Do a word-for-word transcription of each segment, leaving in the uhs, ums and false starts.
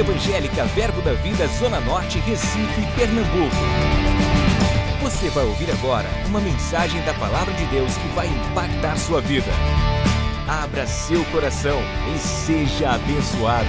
Evangélica Verbo da Vida Zona Norte, Recife, Pernambuco. Você vai ouvir agora uma mensagem da Palavra de Deus que vai impactar sua vida. Abra seu coração e seja abençoado.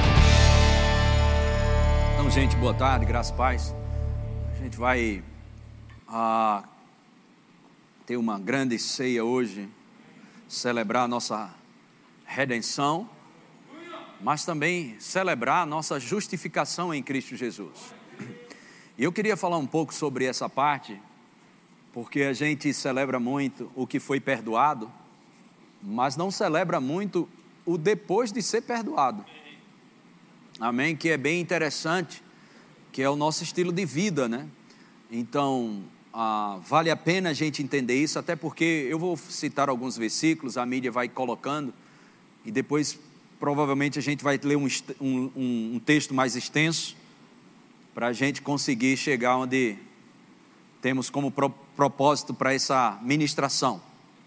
Então, gente, boa tarde, graças e paz. A gente vai ah, ter uma grande ceia hoje, celebrar a nossa redenção, mas também celebrar a nossa justificação em Cristo Jesus. E eu queria falar um pouco sobre essa parte, porque a gente celebra muito o que foi perdoado, mas não celebra muito o depois de ser perdoado. Amém? Que é bem interessante, que é o nosso estilo de vida, né? Então, ah, vale a pena a gente entender isso, até porque eu vou citar alguns versículos, a mídia vai colocando, e depois provavelmente a gente vai ler um, um, um texto mais extenso, para a gente conseguir chegar onde temos como pro, propósito para essa ministração.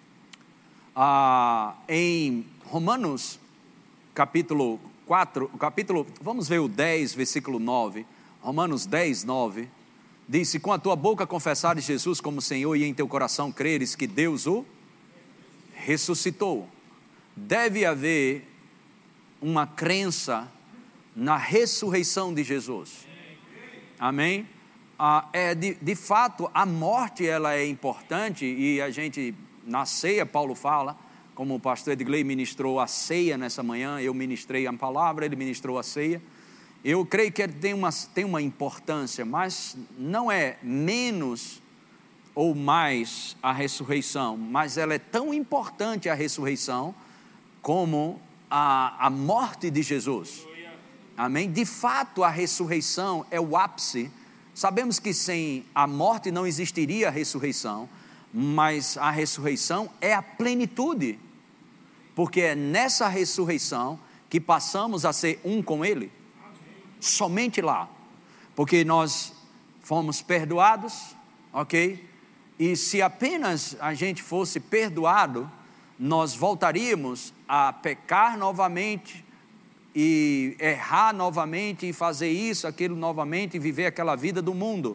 Ah, em Romanos, capítulo quatro, capítulo, vamos ver o dez, versículo nove, Romanos dez, nove, diz: se com a tua boca confessares Jesus como Senhor e em teu coração creres que Deus o ressuscitou, deve haver uma crença na ressurreição de Jesus. Amém? Ah, é de, de fato, a morte ela é importante, e a gente, na ceia, Paulo fala, como o pastor Edgley ministrou a ceia nessa manhã, eu ministrei a palavra, ele ministrou a ceia. Eu creio que ele tem uma, tem uma importância, mas não é menos ou mais a ressurreição, mas ela é tão importante, a ressurreição, como a, a morte de Jesus. Amém? De fato, a ressurreição é o ápice. Sabemos que sem a morte não existiria a ressurreição, mas a ressurreição é a plenitude, porque é nessa ressurreição que passamos a ser um com Ele. Somente lá, porque nós fomos perdoados, ok? E se apenas a gente fosse perdoado, nós voltaríamos a pecar novamente, e errar novamente, e fazer isso, aquilo novamente, e viver aquela vida do mundo,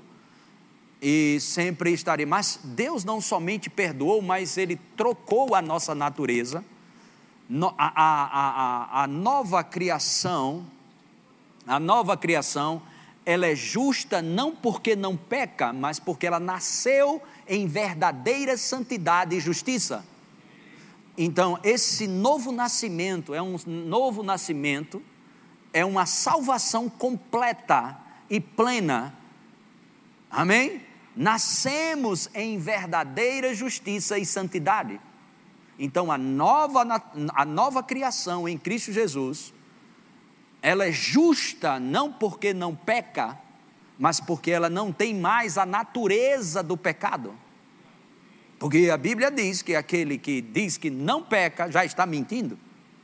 e sempre estaria. Mas Deus não somente perdoou, mas Ele trocou a nossa natureza, a, a, a, a nova criação, a nova criação, ela é justa não porque não peca, mas porque ela nasceu em verdadeira santidade e justiça. Então, esse novo nascimento, é um novo nascimento, é uma salvação completa e plena. Amém? Nascemos em verdadeira justiça e santidade. Então, a nova, a nova criação em Cristo Jesus, ela é justa não porque não peca, mas porque ela não tem mais a natureza do pecado. Porque a Bíblia diz que aquele que diz que não peca já está mentindo.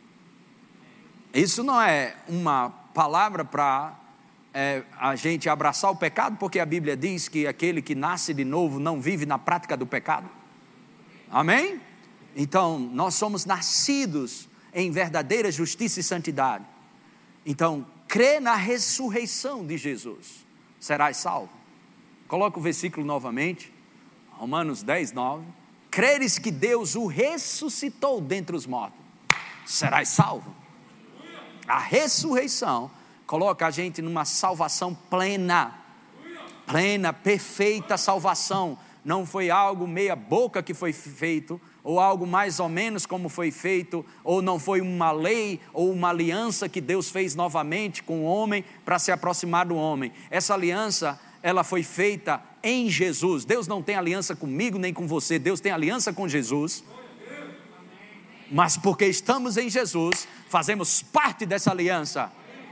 Isso não é uma palavra para é, a gente abraçar o pecado, porque a Bíblia diz que aquele que nasce de novo não vive na prática do pecado. Amém? Então, nós somos nascidos em verdadeira justiça e santidade. Então, crê na ressurreição de Jesus, serás salvo. Coloca o versículo novamente. Romanos dez, nove, creres que Deus o ressuscitou dentre os mortos, serás salvo. A ressurreição coloca a gente numa salvação plena, plena, perfeita salvação. Não foi algo meia boca que foi feito, ou algo mais ou menos como foi feito, ou não foi uma lei ou uma aliança que Deus fez novamente com o homem para se aproximar do homem. Essa aliança, ela foi feita em Jesus. Deus não tem aliança comigo nem com você, Deus tem aliança com Jesus, mas porque estamos em Jesus, fazemos parte dessa aliança.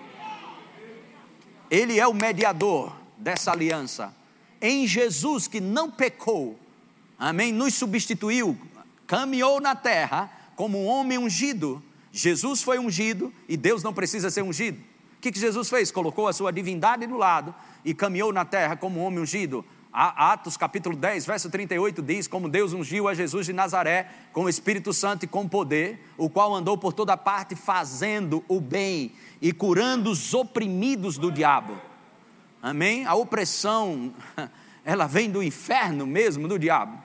Ele é o mediador dessa aliança, em Jesus que não pecou, amém, nos substituiu, caminhou na terra como um homem ungido. Jesus foi ungido e Deus não precisa ser ungido. O que, que Jesus fez? Colocou a sua divindade do lado e caminhou na terra como um homem ungido. Atos capítulo dez, verso trinta e oito diz: como Deus ungiu a Jesus de Nazaré com o Espírito Santo e com poder, o qual andou por toda parte fazendo o bem e curando os oprimidos do diabo. Amém? A opressão, ela vem do inferno mesmo, do diabo.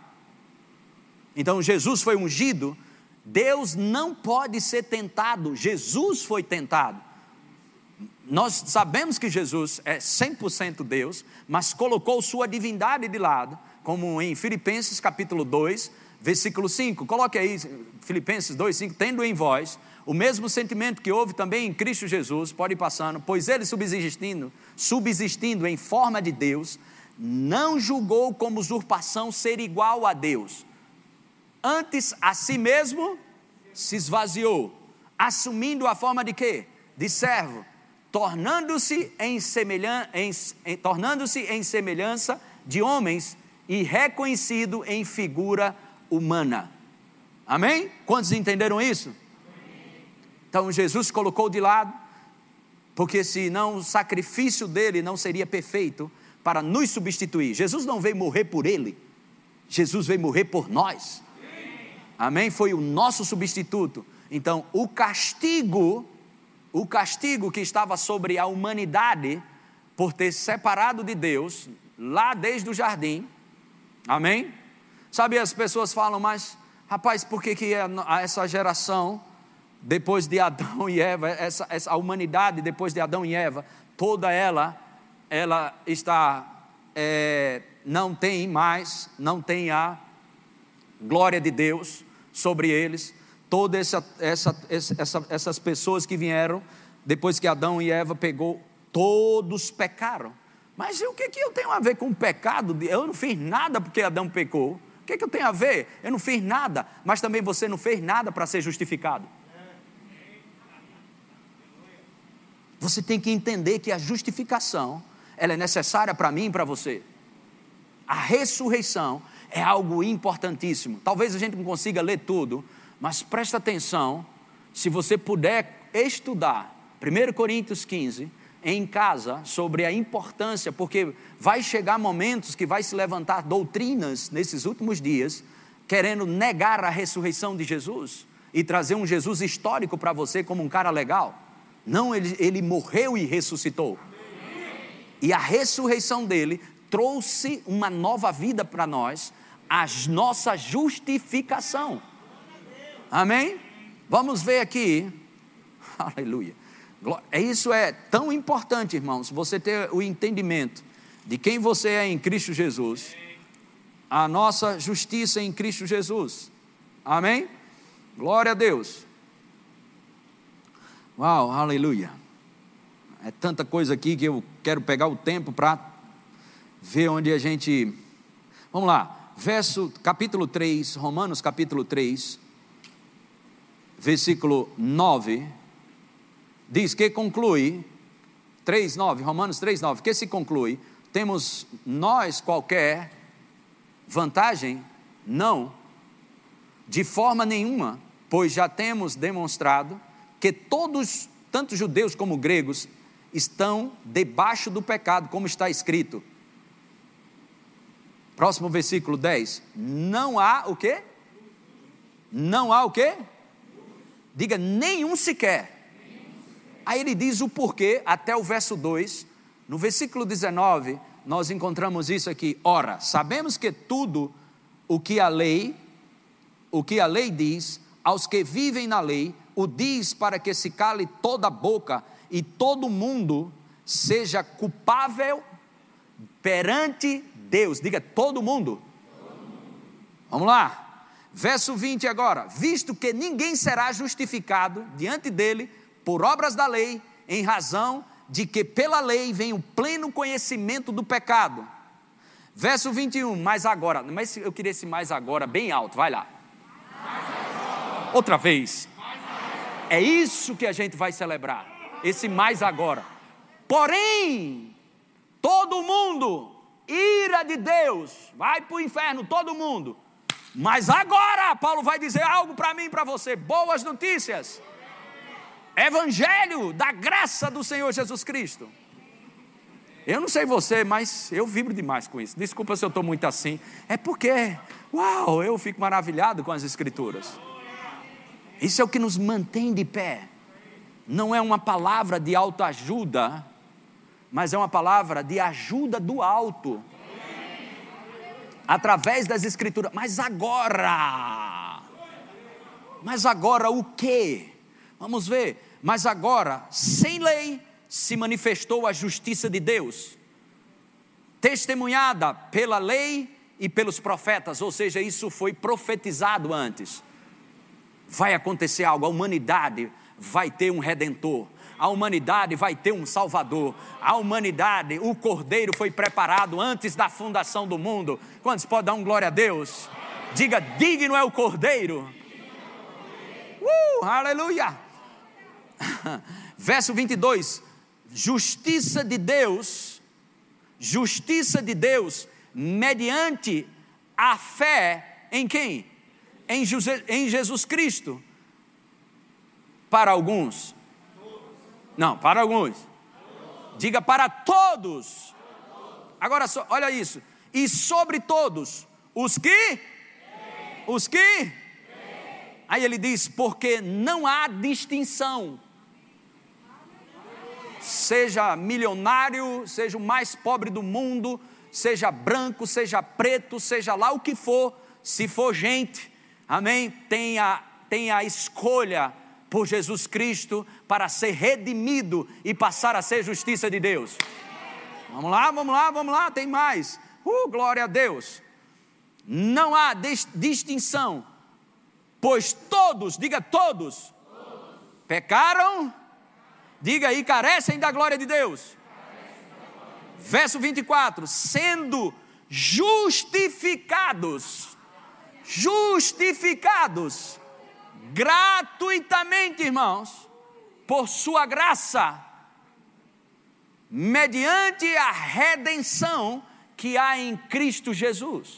Então Jesus foi ungido. Deus não pode ser tentado, Jesus foi tentado. Nós sabemos que Jesus é cem por cento Deus, mas colocou sua divindade de lado, como em Filipenses capítulo dois, versículo cinco. Coloque aí, Filipenses dois, cinco. Tendo em vós o mesmo sentimento que houve também em Cristo Jesus, pode ir passando, pois ele subsistindo, subsistindo em forma de Deus, não julgou como usurpação ser igual a Deus. Antes a si mesmo se esvaziou, assumindo a forma de quê? De servo, tornando-se em, semelhan, em, em, tornando-se em semelhança de homens e reconhecido em figura humana. Amém? Quantos entenderam isso? Então Jesus colocou de lado, porque senão o sacrifício dele não seria perfeito para nos substituir. Jesus não veio morrer por ele, Jesus veio morrer por nós. Amém? Foi o nosso substituto. Então o castigo, o castigo que estava sobre a humanidade, por ter separado de Deus, lá desde o jardim, amém? Sabe, as pessoas falam, mas rapaz, por que que essa geração, depois de Adão e Eva, essa, essa, a humanidade depois de Adão e Eva, toda ela, ela está, é, não tem mais, não tem a glória de Deus sobre eles, todas essa, essa, essa, essas pessoas que vieram, depois que Adão e Eva pegou, todos pecaram. Mas o que, que eu tenho a ver com o pecado? Eu não fiz nada porque Adão pecou. O que, que eu tenho a ver? Eu não fiz nada, mas também você não fez nada para ser justificado. Você tem que entender que a justificação, ela é necessária para mim e para você. A ressurreição é algo importantíssimo. Talvez a gente não consiga ler tudo, mas presta atenção, se você puder estudar primeira Coríntios quinze em casa, sobre a importância, porque vai chegar momentos que vai se levantar doutrinas nesses últimos dias, querendo negar a ressurreição de Jesus e trazer um Jesus histórico para você como um cara legal. Não, ele, ele morreu e ressuscitou. E a ressurreição dele trouxe uma nova vida para nós, a nossa justificação. Amém? Vamos ver aqui. Aleluia. Isso é tão importante, irmãos, você ter o entendimento de quem você é em Cristo Jesus, a nossa justiça em Cristo Jesus. Amém? Glória a Deus. Uau, aleluia. É tanta coisa aqui que eu quero pegar o tempo para ver onde a gente... Vamos lá, verso, capítulo três, Romanos capítulo três, versículo nove, diz que conclui, três, nove, Romanos três, nove, que se conclui, temos nós qualquer vantagem? Não, de forma nenhuma, pois já temos demonstrado que todos, tanto judeus como gregos, estão debaixo do pecado, como está escrito. Próximo versículo dez, não há o quê? Não há o quê? Diga, nenhum sequer. Aí ele diz o porquê, até o verso dois, no versículo dezenove, nós encontramos isso aqui. Ora, sabemos que tudo o que a lei, o que a lei diz, aos que vivem na lei, o diz para que se cale toda a boca e todo mundo seja culpável perante Deus. Diga, todo mundo. Todo mundo. Vamos lá, verso vinte agora. Visto que ninguém será justificado diante dele por obras da lei, em razão de que pela lei vem o pleno conhecimento do pecado. Verso vinte e um, mas agora, mas eu queria esse mais agora bem alto, vai lá. Outra vez. É isso que a gente vai celebrar, esse mais agora. Porém, todo mundo, ira de Deus, vai para o inferno, todo mundo. Mas agora, Paulo vai dizer algo para mim e para você, boas notícias. Evangelho da graça do Senhor Jesus Cristo. Eu não sei você, mas eu vibro demais com isso. Desculpa se eu estou muito assim. É porque, uau, eu fico maravilhado com as Escrituras. Isso é o que nos mantém de pé. Não é uma palavra de autoajuda, mas é uma palavra de ajuda do alto. Através das Escrituras. Mas agora, mas agora o quê? Vamos ver. Mas agora, sem lei, se manifestou a justiça de Deus, testemunhada pela lei e pelos profetas, ou seja, isso foi profetizado antes. Vai acontecer algo, a humanidade vai ter um redentor, a humanidade vai ter um salvador, a humanidade, o cordeiro foi preparado antes da fundação do mundo. Quantos podem dar um glória a Deus? Diga, digno é o cordeiro. Uh, aleluia. Verso vinte e dois, justiça de Deus, justiça de Deus, mediante a fé em quem? Em, José, em Jesus Cristo. Para alguns. Não, para alguns. Diga para todos. Agora, olha isso. E sobre todos, os que? Os que? Aí ele diz, porque não há distinção. Seja milionário, seja o mais pobre do mundo, seja branco, seja preto, seja lá o que for, se for gente, amém? Tenha, tenha a escolha por Jesus Cristo para ser redimido e passar a ser justiça de Deus. Vamos lá, vamos lá, vamos lá, tem mais. Uh, glória a Deus. Não há dis- distinção, pois todos, diga todos, todos. pecaram. Diga aí, carecem da glória de Deus. Verso vinte e quatro, sendo justificados, justificados, gratuitamente, irmãos, por sua graça, mediante a redenção que há em Cristo Jesus.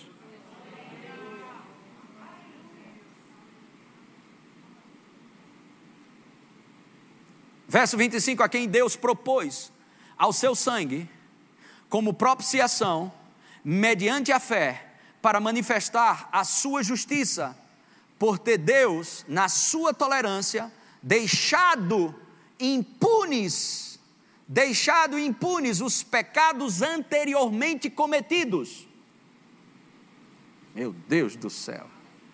Verso vinte e cinco, a quem Deus propôs ao seu sangue, como propiciação, mediante a fé, para manifestar a sua justiça, por ter Deus, na sua tolerância, deixado impunes, deixado impunes os pecados anteriormente cometidos. Meu Deus do céu.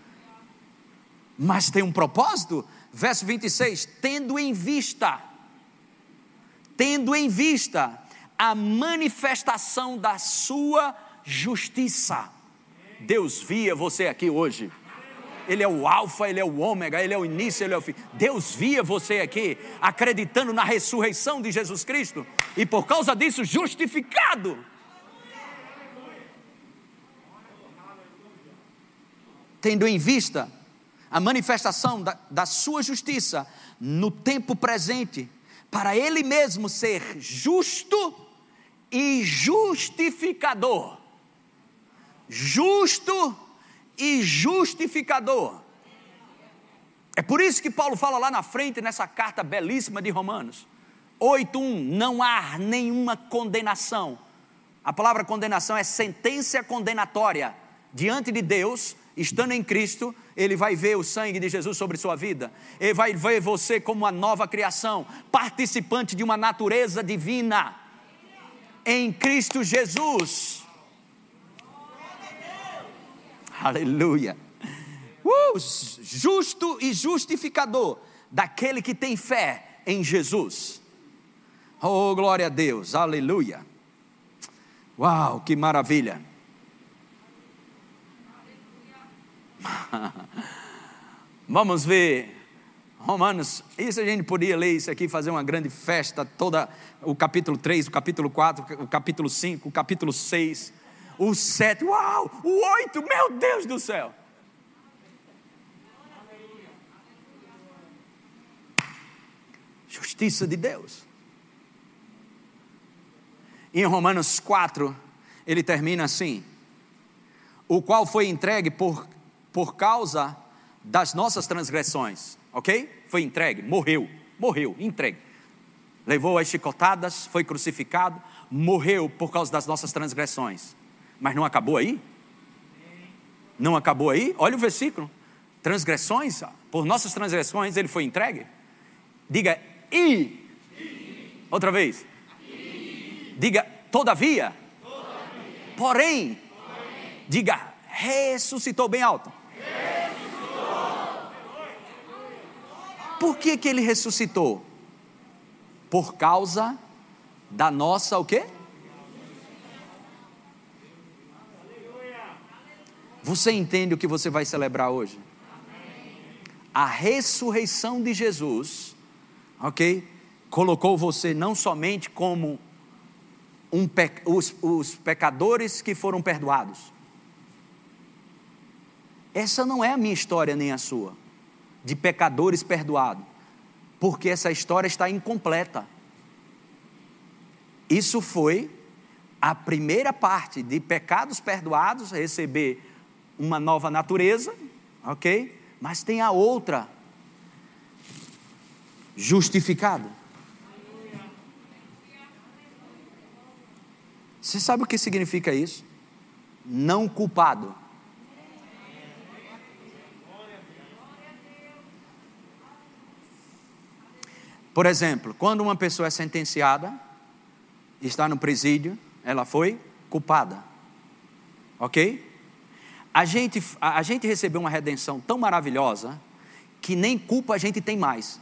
Mas tem um propósito? Verso vinte e seis, tendo em vista, tendo em vista a manifestação da sua justiça. Deus via você aqui hoje. Ele é o alfa, ele é o ômega, ele é o início, ele é o fim. Deus via você aqui, acreditando na ressurreição de Jesus Cristo, e por causa disso justificado. Tendo em vista a manifestação da, da sua justiça no tempo presente, para Ele mesmo ser justo e justificador. Justo e justificador. É por isso que Paulo fala lá na frente, nessa carta belíssima de Romanos, oito, um, não há nenhuma condenação. A palavra condenação é sentença condenatória diante de Deus. Estando em Cristo, Ele vai ver o sangue de Jesus sobre sua vida. Ele vai ver você como uma nova criação, participante de uma natureza divina em Cristo Jesus. Aleluia. Uh, justo e justificador daquele que tem fé em Jesus. Oh, glória a Deus. Aleluia. Uau, que maravilha. Vamos ver Romanos. Isso a gente podia ler isso aqui, fazer uma grande festa, toda o capítulo três, o capítulo quatro, o capítulo cinco, o capítulo seis, o sete, uau, o oito, meu Deus do céu. Justiça de Deus. Em Romanos quatro, ele termina assim: o qual foi entregue por por causa das nossas transgressões, ok? Foi entregue, morreu, morreu, entregue. levou as chicotadas, foi crucificado, morreu por causa das nossas transgressões. Mas não acabou aí? Não acabou aí? Olha o versículo. Transgressões, por nossas transgressões ele foi entregue. Diga, e. Outra vez. Diga, todavia. Porém. Diga, ressuscitou bem alto. Por que que ele ressuscitou? Por causa da nossa o quê? Você entende o que você vai celebrar hoje? A ressurreição de Jesus, ok? Colocou você não somente como um pe... os, os pecadores que foram perdoados. Essa não é a minha história nem a sua, de pecadores perdoados, porque essa história está incompleta. Isso foi a primeira parte de pecados perdoados, receber uma nova natureza, ok? Mas tem a outra, justificado. Você sabe o que significa isso? Não culpado. Por exemplo, quando uma pessoa é sentenciada, está no presídio, ela foi culpada, ok? A gente, a, a gente recebeu uma redenção tão maravilhosa, que nem culpa a gente tem mais.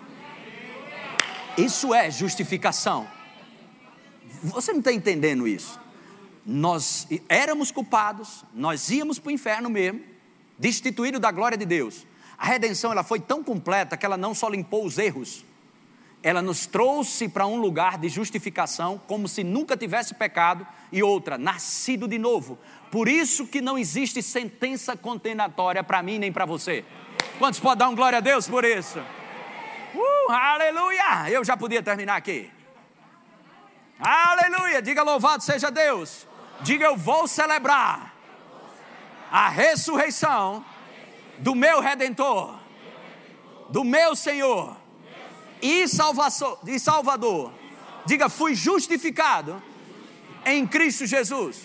Isso é justificação. Você não está entendendo isso? Nós éramos culpados, nós íamos para o inferno mesmo, destituídos da glória de Deus. A redenção ela foi tão completa, que ela não só limpou os erros, ela nos trouxe para um lugar de justificação, como se nunca tivesse pecado, e outra, nascido de novo. Por isso que não existe sentença condenatória para mim nem para você. Quantos podem dar um glória a Deus por isso? Uh, aleluia! Eu já podia terminar aqui. Aleluia! Diga louvado seja Deus. Diga eu vou celebrar a ressurreição do meu Redentor, do meu Senhor e Salvador. Diga, fui justificado em Cristo Jesus.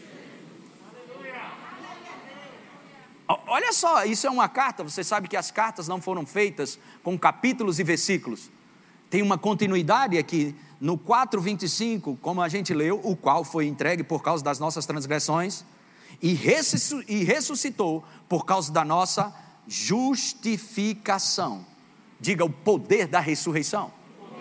Olha só, isso é uma carta. Você sabe que as cartas não foram feitas com capítulos e versículos. Tem uma continuidade aqui no quatro, vinte e cinco, como a gente leu, o qual foi entregue por causa das nossas transgressões e ressuscitou por causa da nossa justificação. Diga o poder da ressurreição.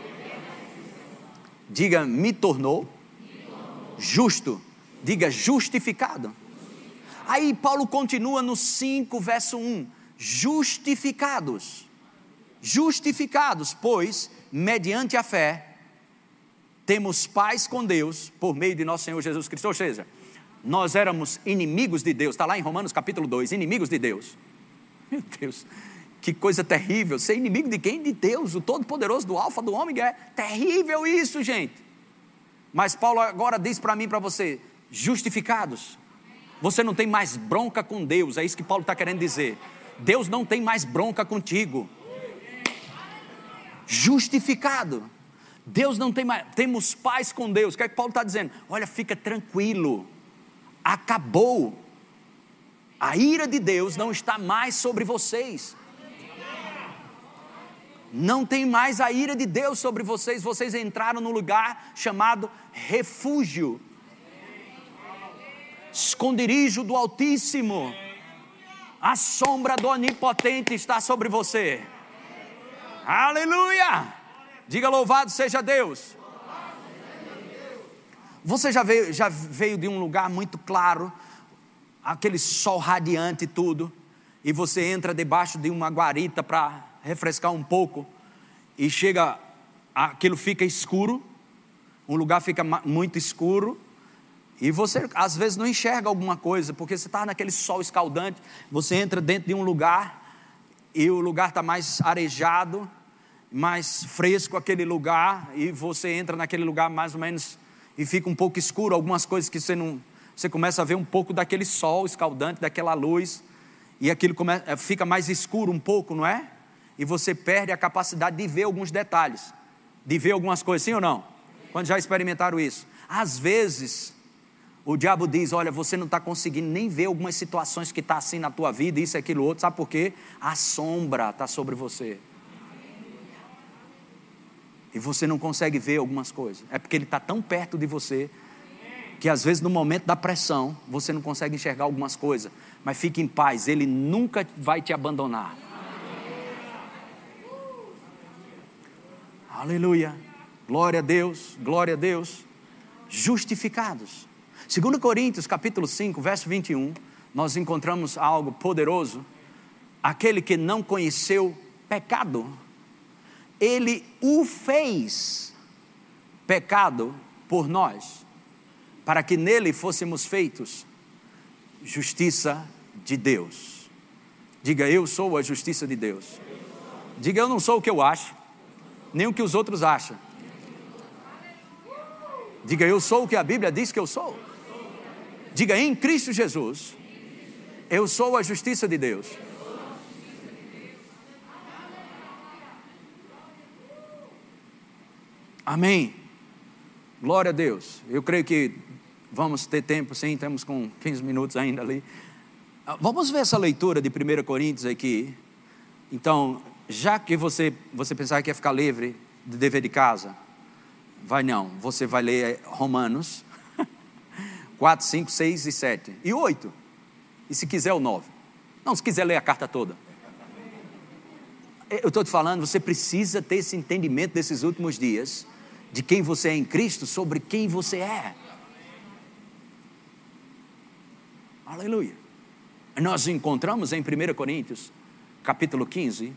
Diga, me tornou justo. Diga, justificado. Aí Paulo continua no cinco, verso um. Justificados. Justificados, pois, mediante a fé, temos paz com Deus, por meio de nosso Senhor Jesus Cristo. Ou seja, nós éramos inimigos de Deus. Está lá em Romanos capítulo dois, inimigos de Deus. Meu Deus, que coisa terrível, ser inimigo de quem? De Deus, o Todo-Poderoso, do Alfa, do Ômega. É terrível isso, gente. Mas Paulo agora diz para mim e para você, justificados. Você não tem mais bronca com Deus, é isso que Paulo está querendo dizer. Deus não tem mais bronca contigo. Justificado. Deus não tem mais, temos paz com Deus. O que é que Paulo está dizendo? Olha, fica tranquilo, acabou. A ira de Deus não está mais sobre vocês. Não tem mais a ira de Deus sobre vocês. Vocês entraram num lugar chamado refúgio, esconderijo do Altíssimo. A sombra do Onipotente está sobre você. Aleluia! Diga louvado seja Deus. Você já veio, já veio de um lugar muito claro, aquele sol radiante e tudo, e você entra debaixo de uma guarita para refrescar um pouco, e chega, aquilo fica escuro, um lugar fica muito escuro, e você às vezes não enxerga alguma coisa, porque você está naquele sol escaldante. Você entra dentro de um lugar, e o lugar está mais arejado, mais fresco aquele lugar, e você entra naquele lugar mais ou menos, e fica um pouco escuro, algumas coisas que você não, você começa a ver um pouco daquele sol escaldante, daquela luz, e aquilo começa, fica mais escuro um pouco, não é? E você perde a capacidade de ver alguns detalhes. de ver algumas coisas, sim ou não? Quando já experimentaram isso? Às vezes, o diabo diz, olha, você não está conseguindo nem ver algumas situações que estão tá assim na tua vida, isso, aquilo, outro, sabe por quê? A sombra está sobre você. E você não consegue ver algumas coisas. É porque ele está tão perto de você, que às vezes no momento da pressão, você não consegue enxergar algumas coisas. Mas fique em paz, ele nunca vai te abandonar. Aleluia, glória a Deus, glória a Deus. Justificados. Segundo Coríntios capítulo cinco, verso vinte e um, nós encontramos algo poderoso. Aquele que não conheceu pecado, ele o fez pecado por nós, para que nele fôssemos feitos justiça de Deus. Diga, eu sou a justiça de Deus. Diga, eu não sou o que eu acho, nem o que os outros acham. Diga, eu sou o que a Bíblia diz que eu sou. Diga, em Cristo Jesus, eu sou a justiça de Deus. Amém. Glória a Deus. Eu creio que vamos ter tempo, sim, estamos com quinze minutos ainda ali. Vamos ver essa leitura de primeira Coríntios aqui. Então, já que você, você pensar que ia ficar livre de dever de casa, vai não, você vai ler Romanos quatro, cinco, seis e sete e oito, e se quiser o nove. Não, se quiser ler a carta toda. Eu estou te falando, você precisa ter esse entendimento desses últimos dias, de quem você é em Cristo, sobre quem você é. Aleluia. Nós encontramos em primeira Coríntios capítulo quinze,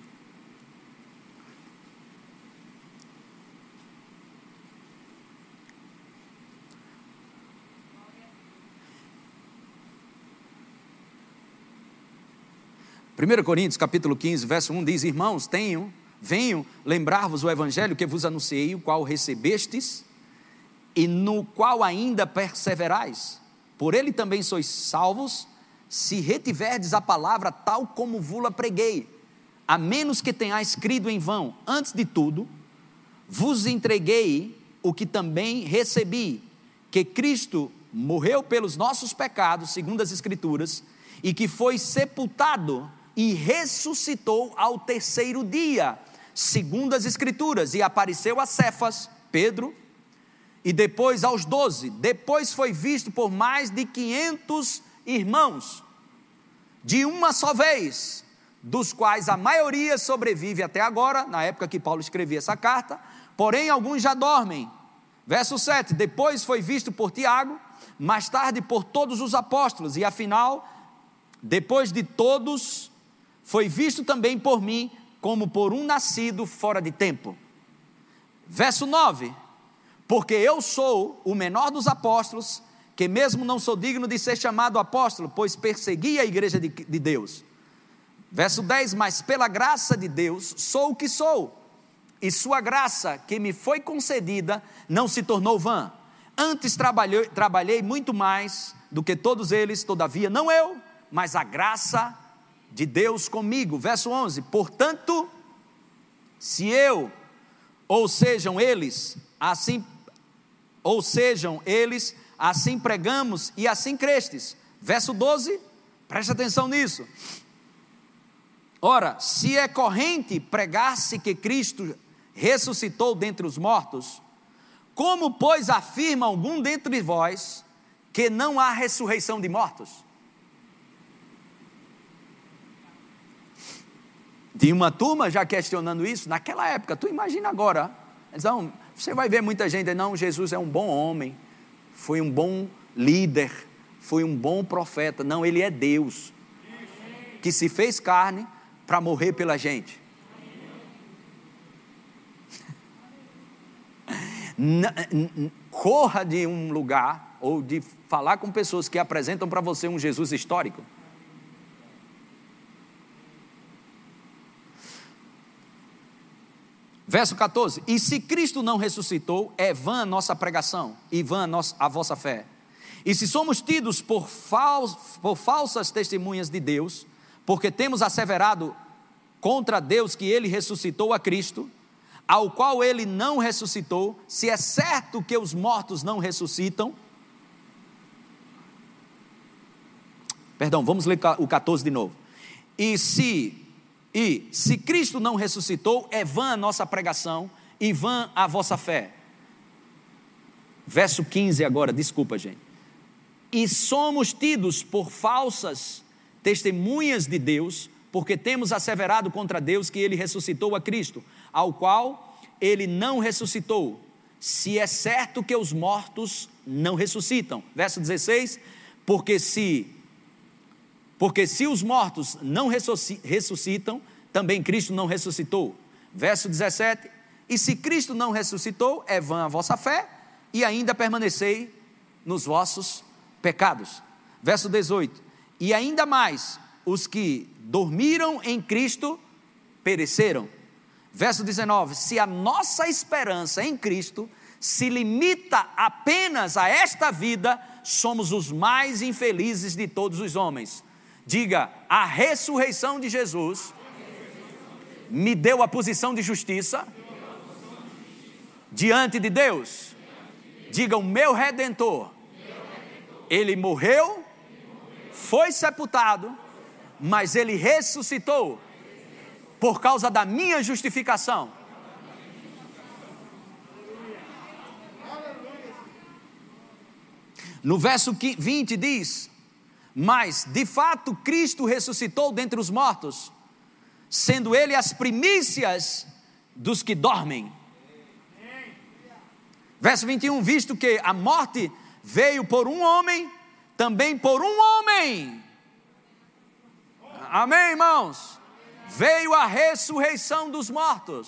primeira Coríntios capítulo quinze, verso um diz, irmãos, tenho, venho lembrar-vos o evangelho que vos anunciei, o qual recebestes, e no qual ainda perseverais. Por ele também sois salvos, se retiverdes a palavra tal como vos-la preguei, a menos que tenhais crido em vão. Antes de tudo, vos entreguei o que também recebi, que Cristo morreu pelos nossos pecados, segundo as Escrituras, e que foi sepultado e ressuscitou ao terceiro dia, segundo as Escrituras, e apareceu a Cefas, Pedro, e depois aos doze, depois foi visto por mais de quinhentos irmãos, de uma só vez, dos quais a maioria sobrevive até agora, na época que Paulo escrevia essa carta, porém alguns já dormem. Verso sete, depois foi visto por Tiago, mais tarde por todos os apóstolos, e afinal, depois de todos, foi visto também por mim, como por um nascido fora de tempo. Verso nove, porque eu sou o menor dos apóstolos, que mesmo não sou digno de ser chamado apóstolo, pois persegui a igreja de, de Deus. Verso dez, mas pela graça de Deus sou o que sou, e sua graça que me foi concedida não se tornou vã. Antes trabalhei, trabalhei muito mais do que todos eles, todavia não eu, mas a graça de Deus comigo. Verso onze, portanto, se eu, ou sejam eles, assim, ou sejam eles, assim pregamos e assim crestes. Verso doze, preste atenção nisso. Ora, se é corrente pregar-se que Cristo ressuscitou dentre os mortos, como pois afirma algum dentre vós que não há ressurreição de mortos? Tinha uma turma já questionando isso naquela época. Tu imagina agora. Então, você vai ver muita gente, não, Jesus é um bom homem, foi um bom líder, foi um bom profeta. Não, ele é Deus, que se fez carne para morrer pela gente. Corra de um lugar, ou de falar com pessoas que apresentam para você um Jesus histórico. Verso catorze, e se Cristo não ressuscitou, é vã a nossa pregação, e vã a, nossa, a vossa fé. E se somos tidos por, fal, por falsas testemunhas de Deus, porque temos asseverado contra Deus que Ele ressuscitou a Cristo, ao qual ele não ressuscitou, se é certo que os mortos não ressuscitam. Perdão, vamos ler o catorze de novo. E se, e se Cristo não ressuscitou, é vã a nossa pregação e vã a vossa fé. Verso quinze agora, desculpa gente. E somos tidos por falsas testemunhas de Deus, porque temos asseverado contra Deus que ele ressuscitou a Cristo, ao qual ele não ressuscitou, se é certo que os mortos não ressuscitam. Verso dezesseis, porque se, porque se os mortos não ressuscitam, também Cristo não ressuscitou. Verso dezessete, e se Cristo não ressuscitou, é vã a vossa fé, e ainda permanecei nos vossos pecados. Verso dezoito, e ainda mais, os que dormiram em Cristo pereceram. Verso dezenove, se a nossa esperança em Cristo se limita apenas a esta vida, somos os mais infelizes de todos os homens. Diga, a ressurreição de Jesus me deu a posição de justiça diante de Deus. Diga, o meu Redentor, ele morreu, foi sepultado, mas ele ressuscitou por causa da minha justificação. No verso vinte diz, mas de fato Cristo ressuscitou dentre os mortos, sendo ele as primícias dos que dormem. Verso vinte e um, visto que a morte veio por um homem, também por um homem. Amém, irmãos? Veio a ressurreição dos mortos.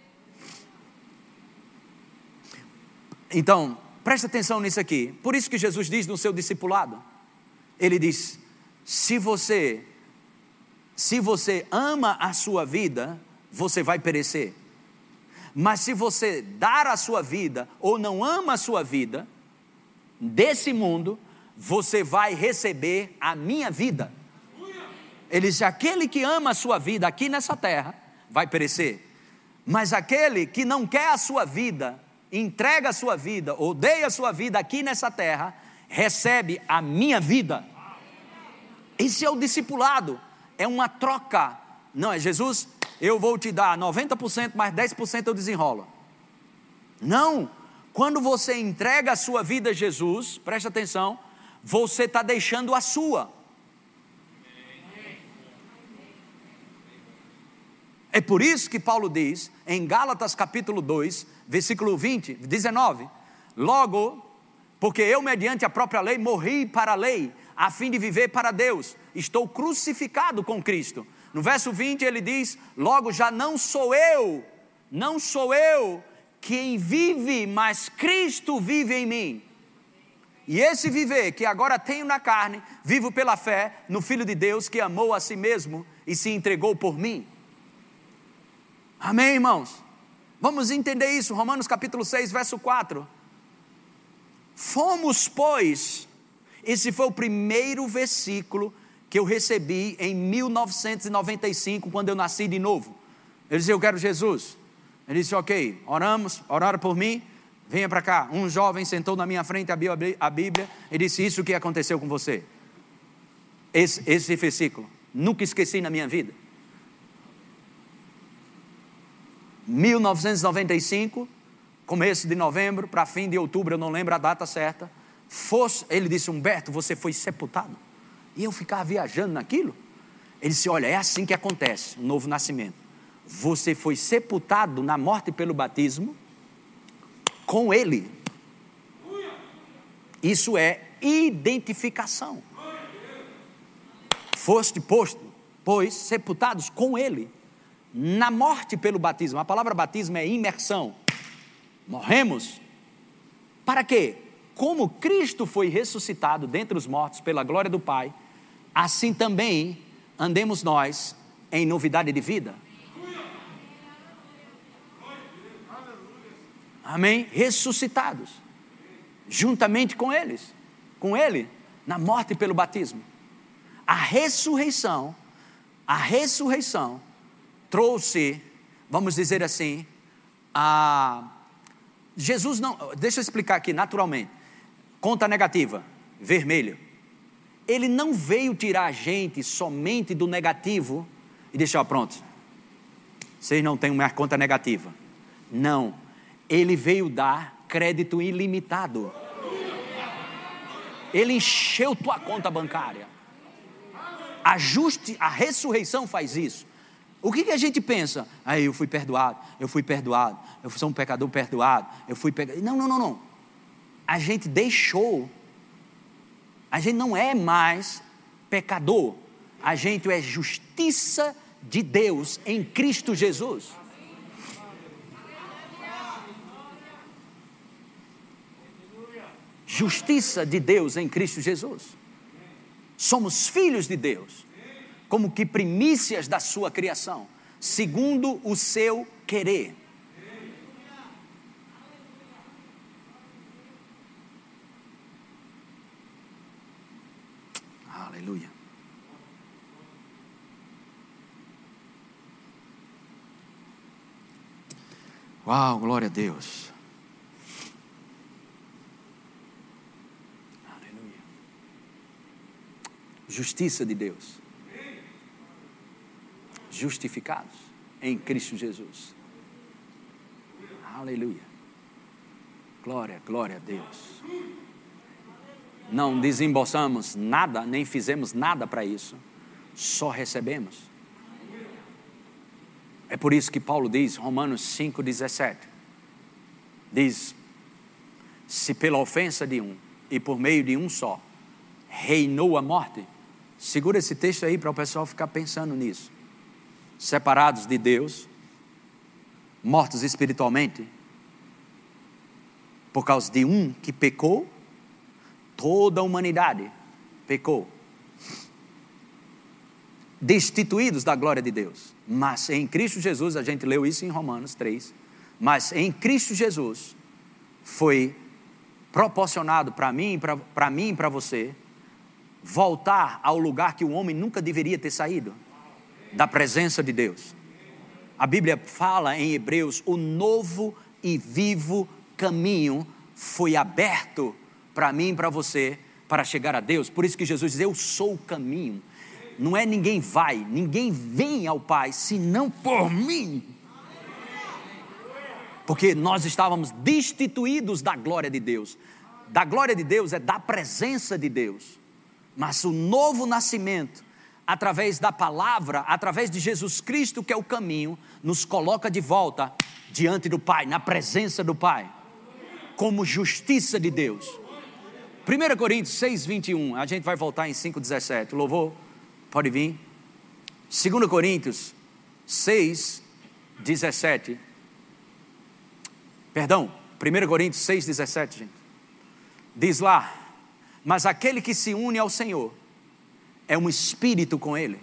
Então, presta atenção nisso aqui. Por isso que Jesus diz no seu discipulado, ele diz, se você, se você ama a sua vida, você vai perecer. Mas se você dar a sua vida, ou não ama a sua vida, desse mundo, você vai receber a minha vida. Ele diz, aquele que ama a sua vida aqui nessa terra, vai perecer. Mas aquele que não quer a sua vida, entrega a sua vida, odeia a sua vida aqui nessa terra, recebe a minha vida. Esse é o discipulado, é uma troca. Não é Jesus, eu vou te dar noventa por cento, mais dez por cento eu desenrolo. Não, quando você entrega a sua vida a Jesus, presta atenção, você está deixando a sua. É por isso que Paulo diz, em Gálatas capítulo dois, versículo vinte, dezenove, logo, porque eu mediante a própria lei, morri para a lei, a fim de viver para Deus, estou crucificado com Cristo. No verso vinte ele diz, logo já não sou eu, não sou eu quem vive, mas Cristo vive em mim. E esse viver que agora tenho na carne, vivo pela fé no Filho de Deus que amou a si mesmo e se entregou por mim. Amém, irmãos? Vamos entender isso, Romanos capítulo seis, verso quatro. Fomos, pois, esse foi o primeiro versículo que eu recebi em mil novecentos e noventa e cinco, quando eu nasci de novo. Ele disse, eu quero Jesus. Ele disse, ok, oramos, oraram por mim, venha para cá. Um jovem sentou na minha frente, abriu a Bíblia e disse, isso que aconteceu com você. Esse, esse versículo, nunca esqueci na minha vida. mil novecentos e noventa e cinco, começo de novembro, para fim de outubro, eu não lembro a data certa, fosse, ele disse, Humberto, você foi sepultado. E eu ficava viajando naquilo. Ele disse, olha, é assim que acontece, um novo nascimento. Você foi sepultado na morte pelo batismo, com ele. Isso é identificação. Foste posto, pois, sepultados com ele, na morte pelo batismo. A palavra batismo é imersão. Morremos. Para quê? Como Cristo foi ressuscitado dentre os mortos pela glória do Pai, assim também andemos nós em novidade de vida. Amém? Ressuscitados, juntamente com eles, com ele, na morte pelo batismo. A ressurreição, a ressurreição trouxe, vamos dizer assim, Ah, Jesus não, deixa eu explicar aqui naturalmente. Conta negativa, vermelho. Ele não veio tirar a gente somente do negativo e deixar pronto. Vocês não têm uma conta negativa. Não, ele veio dar crédito ilimitado. Ele encheu tua conta bancária. A, justi, a ressurreição faz isso. O que, que a gente pensa? Ah, eu fui perdoado, eu fui perdoado, eu sou um pecador perdoado, eu fui perdoado. Não, não, não, não. A gente deixou. A gente não é mais pecador. A gente é justiça de Deus em Cristo Jesus. Justiça de Deus em Cristo Jesus. Somos filhos de Deus, como que primícias da sua criação, segundo o seu querer. Aleluia. Uau, glória a Deus. Aleluia. Justiça de Deus. Justificados em Cristo Jesus. Aleluia. Glória, glória a Deus. Não desembolsamos nada, nem fizemos nada para isso. Só recebemos. É por isso que Paulo diz, Romanos cinco, dezessete. Diz, se pela ofensa de um e por meio de um só, reinou a morte. Segura esse texto aí para o pessoal ficar pensando nisso. Separados de Deus, mortos espiritualmente, por causa de um que pecou, toda a humanidade pecou. Destituídos da glória de Deus. Mas em Cristo Jesus, a gente leu isso em Romanos três, mas em Cristo Jesus foi proporcionado para mim, para mim e para você, voltar ao lugar que o homem nunca deveria ter saído, da presença de Deus. A Bíblia fala em Hebreus, o novo e vivo caminho foi aberto para mim e para você, para chegar a Deus. Por isso que Jesus diz, eu sou o caminho. Não é ninguém vai, ninguém vem ao Pai, senão por mim. Porque nós estávamos destituídos da glória de Deus. Da glória de Deus é da presença de Deus. Mas o novo nascimento, através da palavra, através de Jesus Cristo, que é o caminho, nos coloca de volta diante do Pai, na presença do Pai, como justiça de Deus. primeira Coríntios seis, vinte e um, a gente vai voltar em cinco, dezessete, louvor, pode vir. segunda Coríntios seis, dezessete, perdão, primeira Coríntios seis, dezessete, gente, diz lá, mas aquele que se une ao Senhor, é um espírito com Ele.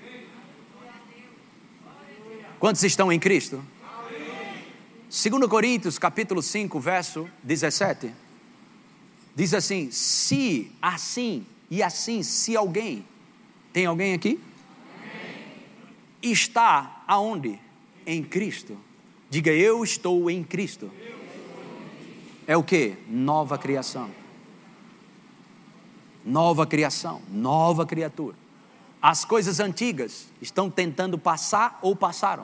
Quantos estão em Cristo? segunda Coríntios capítulo cinco, verso dezessete, diz assim, se assim e assim, se alguém, tem alguém aqui? Está aonde? Em Cristo. Diga, eu estou em Cristo. É o que? Nova criação. Nova criação, nova criatura. As coisas antigas estão tentando passar ou passaram?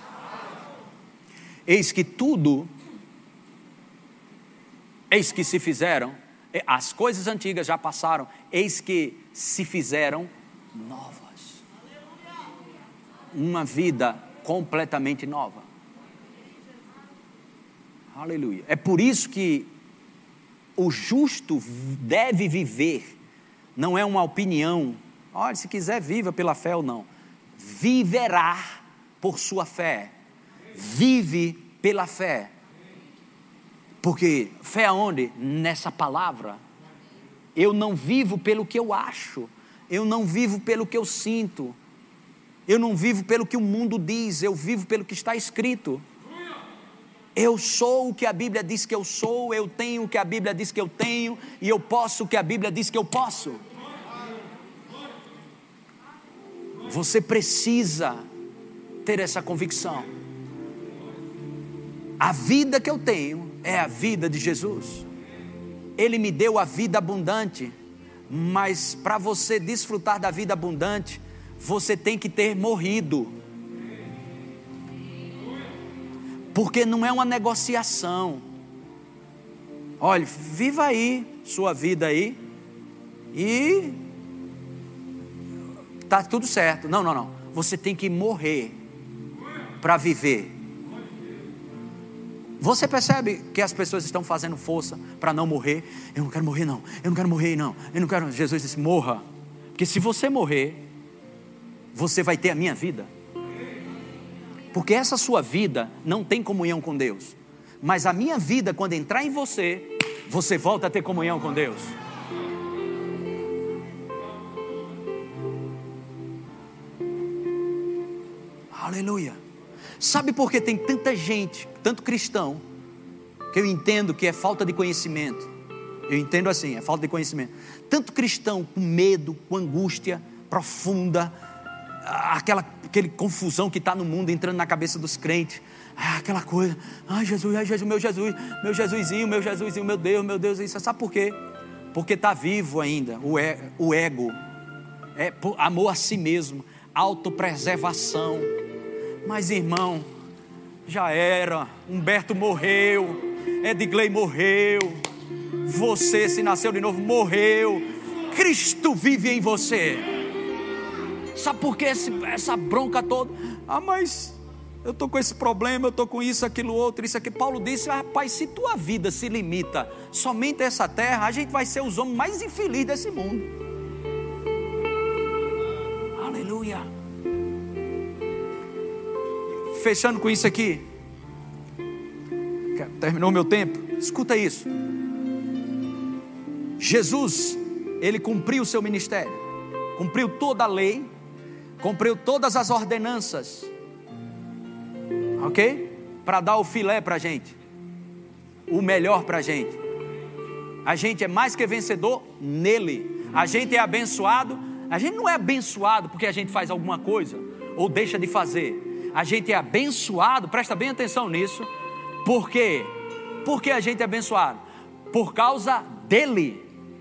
Eis que tudo, eis que se fizeram, as coisas antigas já passaram, eis que se fizeram novas. Uma vida completamente nova. Aleluia. É por isso que o justo deve viver. Não é uma opinião. Olha, se quiser viva pela fé ou não. Viverá por sua fé. Vive pela fé. Porque fé aonde? Nessa palavra. Eu não vivo pelo que eu acho. Eu não vivo pelo que eu sinto. Eu não vivo pelo que o mundo diz. Eu vivo pelo que está escrito. Eu sou o que a Bíblia diz que eu sou, eu tenho o que a Bíblia diz que eu tenho, e eu posso o que a Bíblia diz que eu posso. Você precisa ter essa convicção. A vida que eu tenho é a vida de Jesus. Ele me deu a vida abundante, mas para você desfrutar da vida abundante, você tem que ter morrido. Porque não é uma negociação. Olha, viva aí sua vida aí e tá tudo certo. Não, não, não. Você tem que morrer para viver. Você percebe que as pessoas estão fazendo força para não morrer? Eu não quero morrer não, eu não quero morrer não, eu não quero. Jesus disse, morra. Porque se você morrer, você vai ter a minha vida. Porque essa sua vida não tem comunhão com Deus. Mas a minha vida, quando entrar em você, você volta a ter comunhão com Deus. Aleluia. Sabe por que tem tanta gente, tanto cristão, que eu entendo que é falta de conhecimento. Eu entendo assim, é falta de conhecimento. Tanto cristão com medo, com angústia profunda, aquela, aquela confusão que está no mundo entrando na cabeça dos crentes. Ah, aquela coisa, ai Jesus, ai Jesus, meu Jesus, meu Jesusinho, meu Jesusinho, meu Deus, meu Deus. Isso. Sabe por quê? Porque está vivo ainda o, e, o ego, é amor a si mesmo, autopreservação. Mas irmão, já era. Humberto morreu, Edgley morreu, você se nasceu de novo, morreu. Cristo vive em você. Sabe por que esse, essa bronca toda? Ah, mas eu estou com esse problema, eu estou com isso, aquilo, outro, isso aqui. Paulo disse, ah, rapaz, se tua vida se limita somente a essa terra, a gente vai ser os homens mais infelizes desse mundo. Aleluia. Fechando com isso aqui, terminou o meu tempo. Escuta isso. Jesus, ele cumpriu o seu ministério, cumpriu toda a lei, cumpriu todas as ordenanças, ok? Para dar o filé para a gente, o melhor para a gente. A gente é mais que vencedor nele. A gente é abençoado. A gente não é abençoado porque a gente faz alguma coisa ou deixa de fazer. A gente é abençoado, presta bem atenção nisso. Por quê? Por que a gente é abençoado? Por causa dele.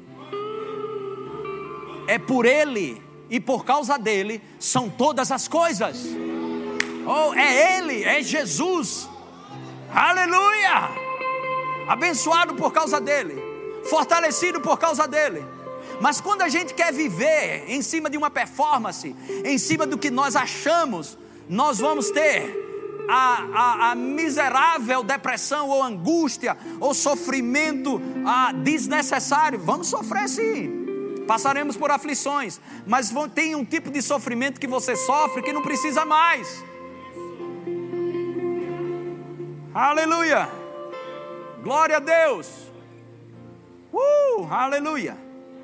É por ele e por causa dele são todas as coisas. Oh, é ele, é Jesus. Aleluia! Abençoado por causa dele, fortalecido por causa dele. Mas quando a gente quer viver em cima de uma performance, em cima do que nós achamos, nós vamos ter a, a, a miserável depressão ou angústia ou sofrimento a, desnecessário. Vamos sofrer sim, passaremos por aflições, mas vão, tem um tipo de sofrimento que você sofre que não precisa mais. Aleluia, glória a Deus. uh, Aleluia.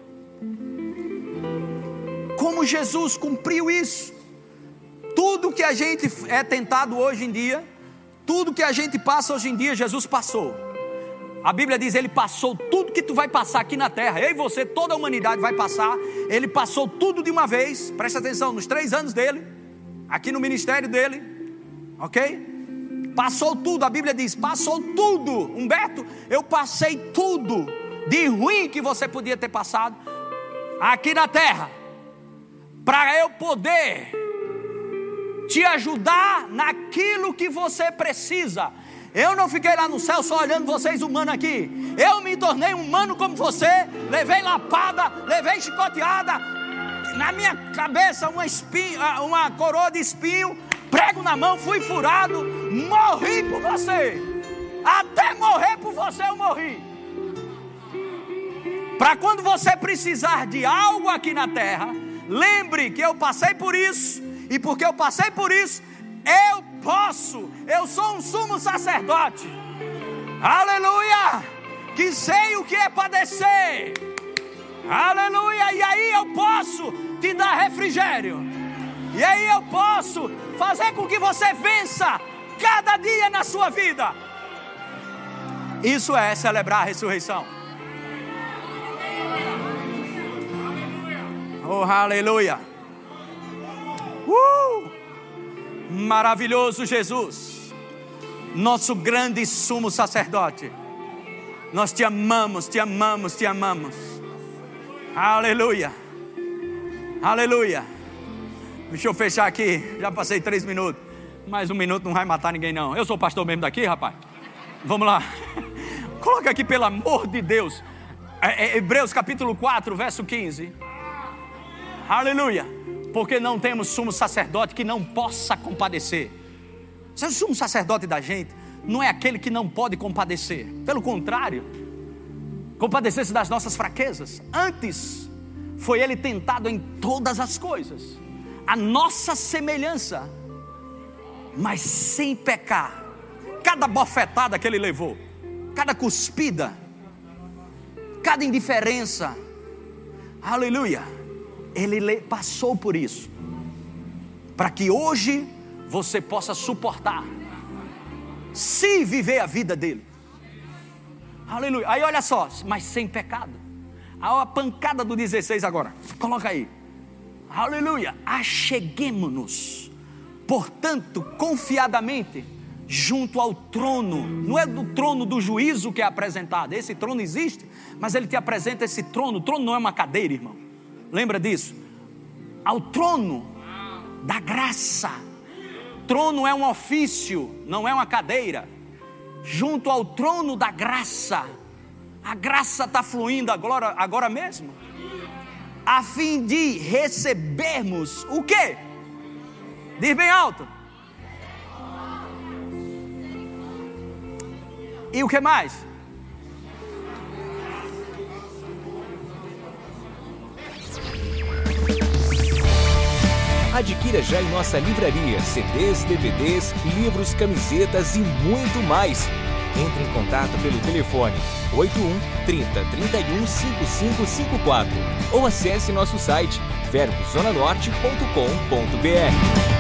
Como Jesus cumpriu isso. Tudo que a gente é tentado hoje em dia, tudo que a gente passa hoje em dia, Jesus passou. A Bíblia diz, ele passou tudo que tu vai passar aqui na terra. Eu e você, toda a humanidade vai passar. Ele passou tudo de uma vez. Presta atenção, nos três anos dele, aqui no ministério dele, ok? Passou tudo, a Bíblia diz, passou tudo. Humberto, eu passei tudo de ruim que você podia ter passado aqui na terra, para eu poder te ajudar naquilo que você precisa. Eu não fiquei lá no céu só olhando vocês humanos aqui. Eu me tornei humano como você. Levei lapada, levei chicoteada, na minha cabeça uma, espinho, uma coroa de espinho, prego na mão, fui furado, morri por você. Até morrer por você eu morri. Para quando você precisar de algo aqui na terra, lembre que eu passei por isso. E porque eu passei por isso, eu posso, eu sou um sumo sacerdote, aleluia, que sei o que é padecer, aleluia, e aí eu posso te dar refrigério, e aí eu posso fazer com que você vença cada dia na sua vida. Isso é celebrar a ressurreição. Oh, aleluia. Uh! Maravilhoso Jesus, nosso grande sumo sacerdote. Nós te amamos, te amamos, te amamos. Aleluia. Aleluia. Deixa eu fechar aqui. Já passei três minutos. Mais um minuto não vai matar ninguém não. Eu sou o pastor mesmo daqui, rapaz. Vamos lá. Coloca aqui, pelo amor de Deus. É, é, Hebreus capítulo quatro, verso quinze. Aleluia. Porque não temos sumo sacerdote que não possa compadecer. Se o sumo sacerdote da gente não é aquele que não pode compadecer. Pelo contrário, compadecer-se das nossas fraquezas. Antes, foi ele tentado em todas as coisas, a nossa semelhança, mas sem pecar. Cada bofetada que ele levou, cada cuspida, cada indiferença, aleluia, ele passou por isso, para que hoje você possa suportar, se viver a vida dele. Aleluia. Aí olha só, mas sem pecado. A pancada do dezesseis agora, coloca aí. Aleluia. Acheguemo-nos, portanto, confiadamente, junto ao trono. Não é do trono do juízo que é apresentado. Esse trono existe, mas ele te apresenta esse trono. O trono não é uma cadeira, irmão. Lembra disso? Ao trono da graça. Trono é um ofício, não é uma cadeira. Junto ao trono da graça. A graça está fluindo agora, agora mesmo, a fim de recebermos o quê? Diz bem alto. E o que mais? Adquira já em nossa livraria C Ds, D V Ds, livros, camisetas e muito mais. Entre em contato pelo telefone oito um, trinta, trinta e um, cinquenta e cinco cinquenta e quatro ou acesse nosso site verbo zona norte ponto com ponto br.